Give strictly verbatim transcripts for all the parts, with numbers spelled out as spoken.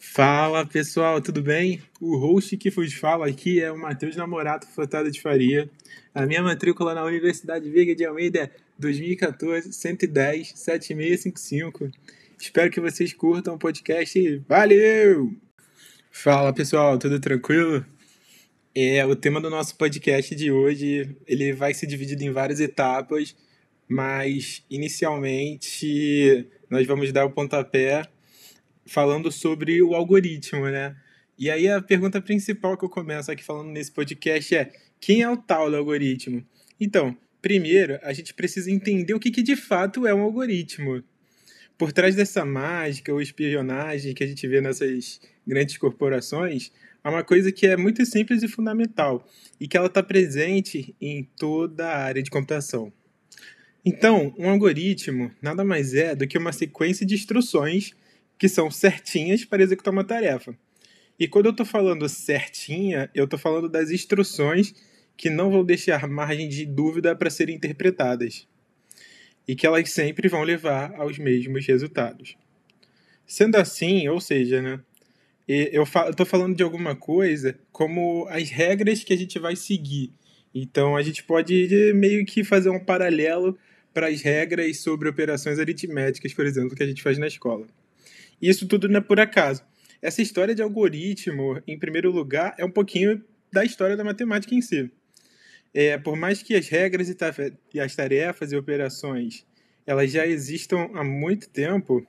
Fala pessoal, tudo bem? O host que vos fala aqui é o Matheus Namorato Furtado de Faria. A minha matrícula na Universidade Veiga de Almeida é dois mil e quatorze, cento e dez, setenta e seis cinquenta e cinco. Espero que vocês curtam o podcast e valeu! Fala pessoal, tudo tranquilo? É, o tema do nosso podcast de hoje, ele vai ser dividido em várias etapas, mas inicialmente nós vamos dar o pontapé falando sobre o algoritmo, né? E aí a pergunta principal que eu começo aqui falando nesse podcast é: quem é o tal do algoritmo? Então, primeiro, a gente precisa entender o que, que de fato é um algoritmo. Por trás dessa mágica ou espionagem que a gente vê nessas grandes corporações, há uma coisa que é muito simples e fundamental, e que ela está presente em toda a área de computação. Então, um algoritmo nada mais é do que uma sequência de instruções que são certinhas para executar uma tarefa. E quando eu estou falando certinha, eu estou falando das instruções que não vão deixar margem de dúvida para serem interpretadas. E que elas sempre vão levar aos mesmos resultados. Sendo assim, ou seja, né, eu estou falando de alguma coisa como as regras que a gente vai seguir. Então a gente pode meio que fazer um paralelo para as regras sobre operações aritméticas, por exemplo, que a gente faz na escola. E isso tudo não é por acaso. Essa história de algoritmo, em primeiro lugar, é um pouquinho da história da matemática em si. É, por mais que as regras e as tarefas e operações elas já existam há muito tempo,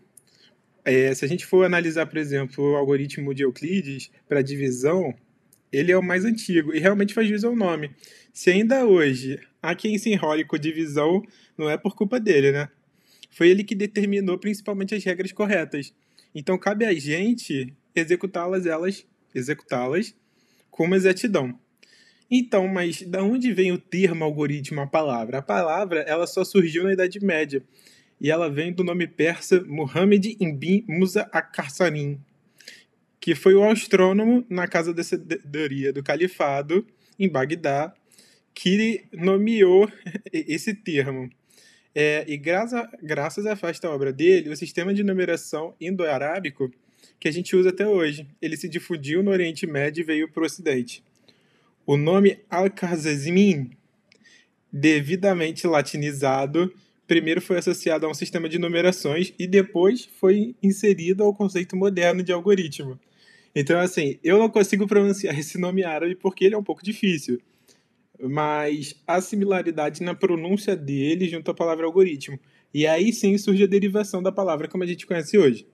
é, se a gente for analisar, por exemplo, o algoritmo de Euclides para divisão, ele é o mais antigo e realmente faz jus ao nome. Se ainda hoje há quem se enrole com divisão, não é por culpa dele, né? Foi ele que determinou principalmente as regras corretas. Então cabe a gente executá-las, elas, executá-las com uma exatidão. Então, mas da onde vem o termo algoritmo, a palavra? A palavra ela só surgiu na Idade Média e ela vem do nome persa Muhammad ibn Musa al-Qasarim, que foi o astrônomo na casa da sabedoria do califado em Bagdá que nomeou esse termo. É, e graça, graças a esta obra dele, o sistema de numeração indo-arábico que a gente usa até hoje, ele se difundiu no Oriente Médio e veio para o Ocidente. O nome Al-Khwarizmi, devidamente latinizado, primeiro foi associado a um sistema de numerações e depois foi inserido ao conceito moderno de algoritmo. Então, assim, eu não consigo pronunciar esse nome árabe porque ele é um pouco difícil, mas há similaridade na pronúncia dele junto à palavra algoritmo. E aí sim surge a derivação da palavra como a gente conhece hoje.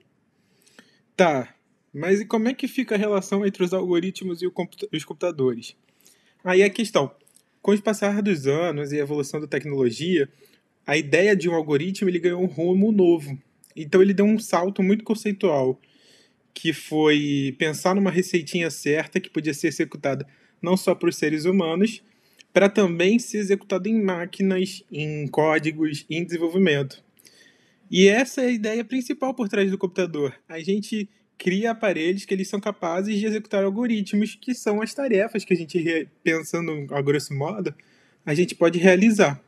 Tá, mas e como é que fica a relação entre os algoritmos e os computadores? Aí a questão, com o passar dos anos e a evolução da tecnologia, a ideia de um algoritmo ele ganhou um rumo novo. Então ele deu um salto muito conceitual, que foi pensar numa receitinha certa que podia ser executada não só por seres humanos, para também ser executado em máquinas, em códigos, em desenvolvimento. E essa é a ideia principal por trás do computador. A gente cria aparelhos que eles são capazes de executar algoritmos, que são as tarefas que a gente, pensando a grosso modo, a gente pode realizar.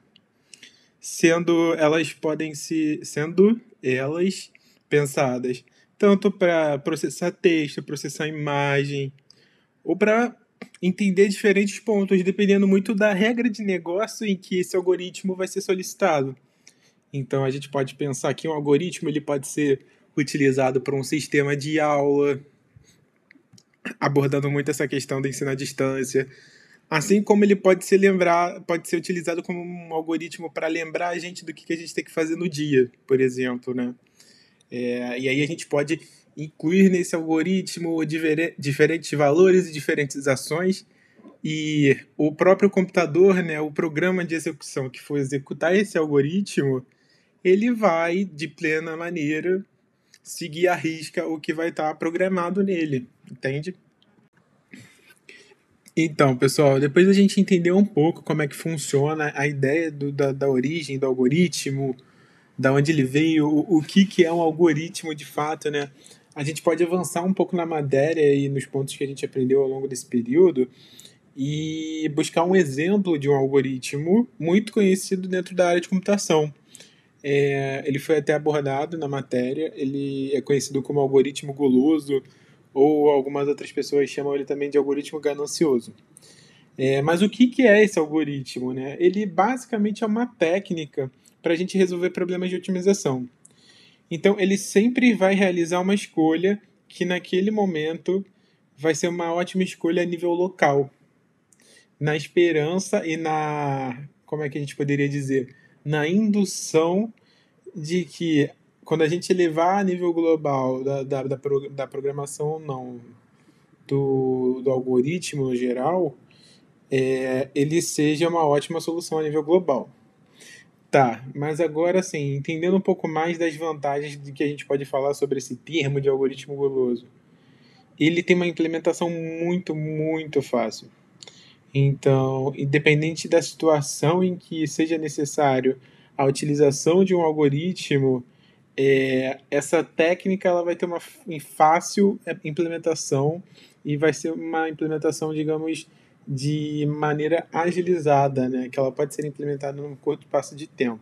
Sendo elas podem se, sendo elas pensadas tanto para processar texto, processar imagem, ou para entender diferentes pontos, dependendo muito da regra de negócio em que esse algoritmo vai ser solicitado. Então, a gente pode pensar que um algoritmo ele pode ser utilizado para um sistema de aula, abordando muito essa questão do ensino à distância, assim como ele pode ser, lembrar, pode ser utilizado como um algoritmo para lembrar a gente do que a gente tem que fazer no dia, por exemplo, né? É, e aí a gente pode incluir nesse algoritmo diferentes valores e diferentes ações, e o próprio computador, né, o programa de execução que for executar esse algoritmo, ele vai, de plena maneira, seguir à risca o que vai estar programado nele, entende? Então, pessoal, depois a gente entender um pouco como é que funciona a ideia do, da, da origem do algoritmo, da onde ele veio, o, o que, que é um algoritmo de fato, né? A gente pode avançar um pouco na matéria e nos pontos que a gente aprendeu ao longo desse período e buscar um exemplo de um algoritmo muito conhecido dentro da área de computação. É, ele foi até abordado na matéria, ele é conhecido como algoritmo guloso ou algumas outras pessoas chamam ele também de algoritmo ganancioso. É, mas o que, que é esse algoritmo, né? Ele basicamente é uma técnica para a gente resolver problemas de otimização. Então, ele sempre vai realizar uma escolha que naquele momento vai ser uma ótima escolha a nível local, na esperança e na, como é que a gente poderia dizer, na indução de que quando a gente levar a nível global da, da, da, da programação, não, do, do algoritmo no geral, é, ele seja uma ótima solução a nível global. Tá, mas agora assim, entendendo um pouco mais das vantagens de que a gente pode falar sobre esse termo de algoritmo guloso. Ele tem uma implementação muito, muito fácil. Então, independente da situação em que seja necessário a utilização de um algoritmo, é, essa técnica ela vai ter uma fácil implementação e vai ser uma implementação, digamos, de maneira agilizada, né? Que ela pode ser implementada num curto espaço de tempo.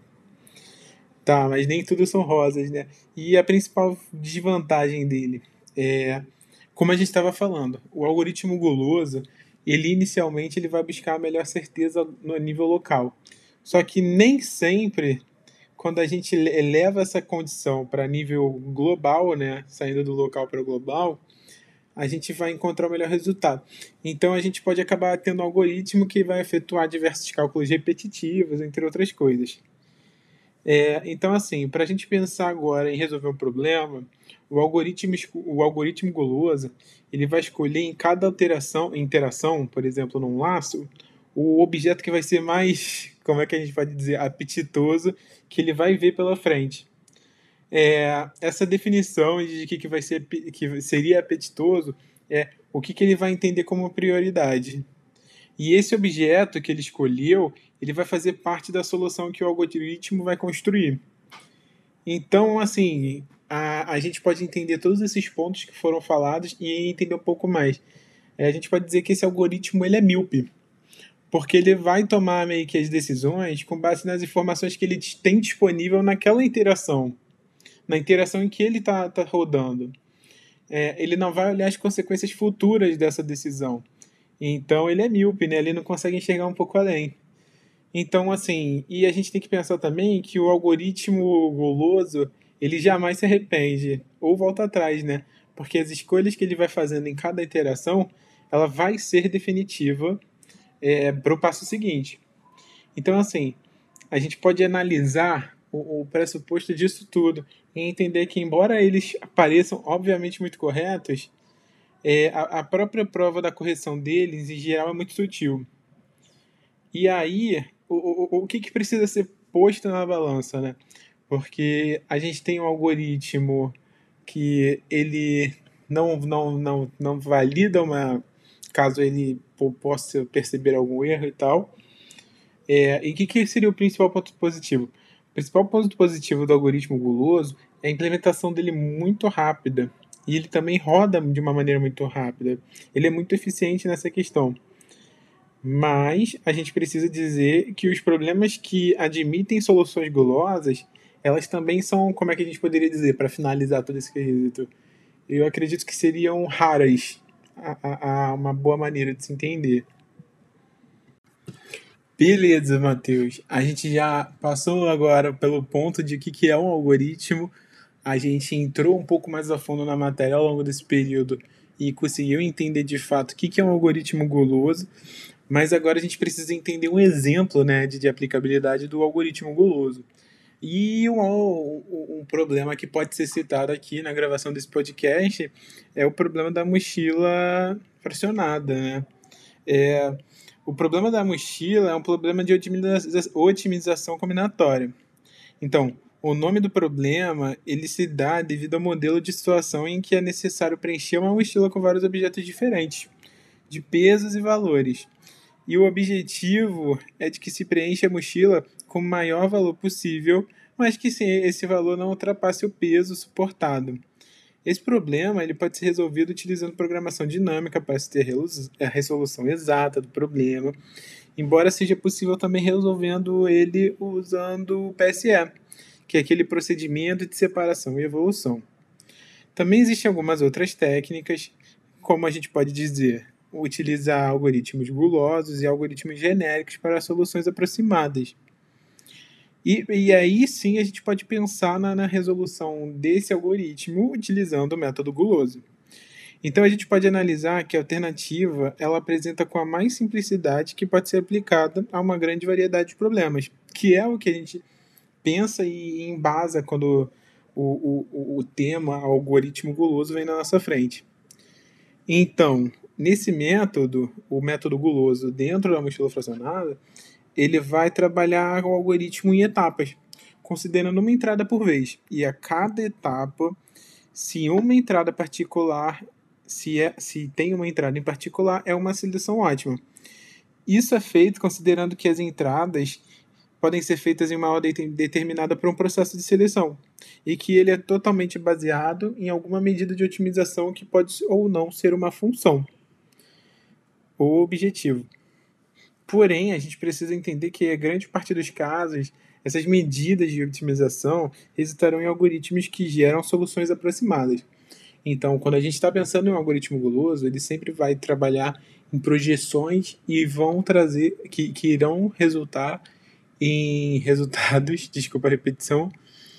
Tá, mas nem tudo são rosas, né? E a principal desvantagem dele é, como a gente estava falando, o algoritmo guloso, ele inicialmente ele vai buscar a melhor certeza no nível local. Só que nem sempre, quando a gente eleva essa condição para nível global, né, saindo do local para o global, a gente vai encontrar o melhor resultado. Então a gente pode acabar tendo um algoritmo que vai efetuar diversos cálculos repetitivos, entre outras coisas. É, então, assim, para a gente pensar agora em resolver um problema, o algoritmo, o algoritmo guloso ele vai escolher em cada alteração, interação, por exemplo, num laço, o objeto que vai ser mais, como é que a gente pode dizer, apetitoso, que ele vai ver pela frente. É, essa definição de que, que, vai ser, que seria apetitoso é o que, que ele vai entender como prioridade. E esse objeto que ele escolheu, ele vai fazer parte da solução que o algoritmo vai construir. Então, assim, a, a gente pode entender todos esses pontos que foram falados e entender um pouco mais. É, a gente pode dizer que esse algoritmo ele é míope, porque ele vai tomar meio que as decisões com base nas informações que ele tem disponível naquela interação, na interação em que ele está tá rodando. É, ele não vai olhar as consequências futuras dessa decisão. Então ele é míope, né? Ele não consegue enxergar um pouco além. Então, assim, e a gente tem que pensar também que o algoritmo guloso, ele jamais se arrepende ou volta atrás, né? Porque as escolhas que ele vai fazendo em cada interação, ela vai ser definitiva é, para o passo seguinte. Então, assim, a gente pode analisar o, o pressuposto disso tudo e entender que, embora eles pareçam obviamente muito corretos, é, a, a própria prova da correção deles, em geral, é muito sutil. E aí, o, o, o que, que precisa ser posto na balança, né? Porque a gente tem um algoritmo que ele não, não, não, não valida uma, caso ele possa perceber algum erro e tal. É, e o que, que seria o principal ponto positivo? O principal ponto positivo do algoritmo guloso é a implementação dele muito rápida. E ele também roda de uma maneira muito rápida. Ele é muito eficiente nessa questão. Mas a gente precisa dizer que os problemas que admitem soluções gulosas, elas também são, como é que a gente poderia dizer, para finalizar todo esse quesito? Eu acredito que seriam raras a, a, a uma boa maneira de se entender. Beleza, Matheus. A gente já passou agora pelo ponto de o que, que é um algoritmo. A gente entrou um pouco mais a fundo na matéria ao longo desse período e conseguiu entender de fato o que, que é um algoritmo guloso. Mas agora a gente precisa entender um exemplo, né, de, de aplicabilidade do algoritmo guloso. E um, um, um problema que pode ser citado aqui na gravação desse podcast é o problema da mochila fracionada, né? É, o problema da mochila é um problema de otimização combinatória. Então, o nome do problema ele se dá devido ao modelo de situação em que é necessário preencher uma mochila com vários objetos diferentes, de pesos e valores. E o objetivo é de que se preencha a mochila com o maior valor possível, mas que esse valor não ultrapasse o peso suportado. Esse problema ele pode ser resolvido utilizando programação dinâmica para se ter a resolução exata do problema, embora seja possível também resolvendo ele usando o P S E, que é aquele procedimento de separação e evolução. Também existem algumas outras técnicas, como a gente pode dizer, utilizar algoritmos gulosos e algoritmos genéricos para soluções aproximadas. E, e aí sim a gente pode pensar na, na resolução desse algoritmo utilizando o método guloso. Então a gente pode analisar que a alternativa ela apresenta com a mais simplicidade que pode ser aplicada a uma grande variedade de problemas, que é o que a gente pensa e embasa quando o, o, o tema algoritmo guloso vem na nossa frente. Então, nesse método, o método guloso dentro da mochila fracionada, ele vai trabalhar o algoritmo em etapas, considerando uma entrada por vez. E a cada etapa, se uma entrada particular, se, é, se tem uma entrada em particular, é uma seleção ótima. Isso é feito considerando que as entradas podem ser feitas em uma ordem determinada por um processo de seleção, e que ele é totalmente baseado em alguma medida de otimização que pode ou não ser uma função ou objetivo. Porém, a gente precisa entender que a grande parte dos casos, essas medidas de otimização resultarão em algoritmos que geram soluções aproximadas. Então, quando a gente está pensando em um algoritmo guloso, ele sempre vai trabalhar em projeções e vão trazer, que, que irão resultar em resultados, desculpa a repetição,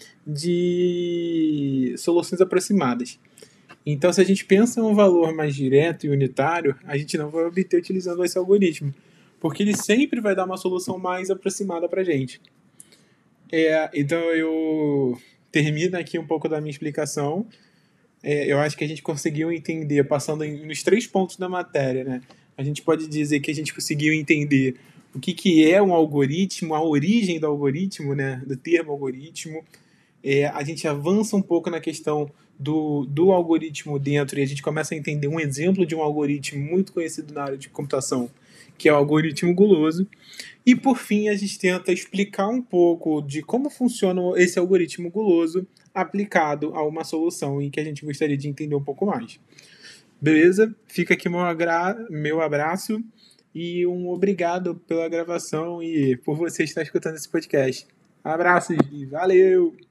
de soluções aproximadas. Então, se a gente pensa em um valor mais direto e unitário, a gente não vai obter utilizando esse algoritmo, porque ele sempre vai dar uma solução mais aproximada para a gente. É, então, eu termino aqui um pouco da minha explicação. É, eu acho que a gente conseguiu entender, passando em, nos três pontos da matéria, né? A gente pode dizer que a gente conseguiu entender o que, que é um algoritmo, a origem do algoritmo, né? Do termo algoritmo. É, a gente avança um pouco na questão do, do algoritmo dentro e a gente começa a entender um exemplo de um algoritmo muito conhecido na área de computação, que é o algoritmo guloso. E, por fim, a gente tenta explicar um pouco de como funciona esse algoritmo guloso aplicado a uma solução em que a gente gostaria de entender um pouco mais. Beleza? Fica aqui meu, agra... meu abraço e um obrigado pela gravação e por você estar escutando esse podcast. Abraços e valeu!